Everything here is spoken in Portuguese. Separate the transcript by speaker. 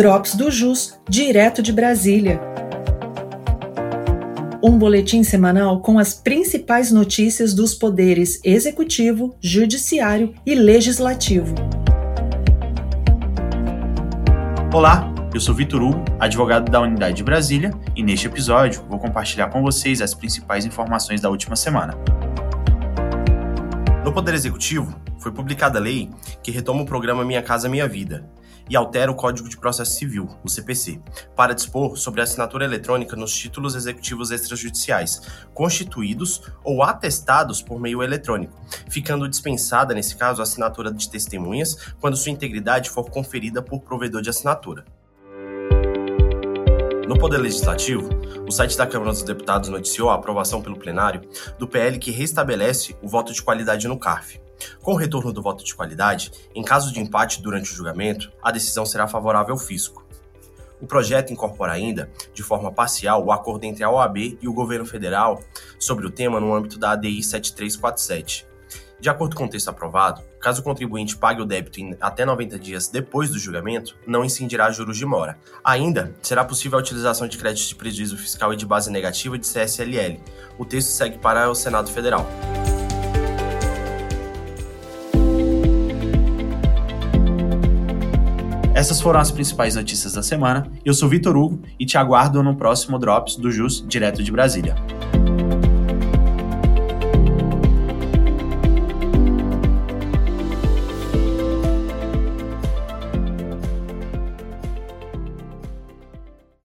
Speaker 1: Drops do Jus, direto de Brasília. Um boletim semanal com as principais notícias dos poderes executivo, judiciário e legislativo.
Speaker 2: Olá, eu sou Vitor Hugo, advogado da Unidade de Brasília, e neste episódio vou compartilhar com vocês as principais informações da última semana.
Speaker 3: No Poder Executivo, foi publicada a lei que retoma o programa Minha Casa Minha Vida e altera o Código de Processo Civil, o CPC, para dispor sobre a assinatura eletrônica nos títulos executivos extrajudiciais, constituídos ou atestados por meio eletrônico, ficando dispensada, nesse caso, a assinatura de testemunhas quando sua integridade for conferida por provedor de assinatura. No Poder Legislativo, o site da Câmara dos Deputados noticiou a aprovação pelo plenário do PL que restabelece o voto de qualidade no CARF. Com o retorno do voto de qualidade, em caso de empate durante o julgamento, a decisão será favorável ao fisco. O projeto incorpora ainda, de forma parcial, o acordo entre a OAB e o governo federal sobre o tema no âmbito da ADI 7347. De acordo com o texto aprovado, caso o contribuinte pague o débito em até 90 dias depois do julgamento, não incidirá juros de mora. Ainda será possível a utilização de créditos de prejuízo fiscal e de base negativa de CSLL. O texto segue para o Senado Federal.
Speaker 2: Essas foram as principais notícias da semana. Eu sou Vitor Hugo e te aguardo no próximo Drops do Jus, direto de Brasília.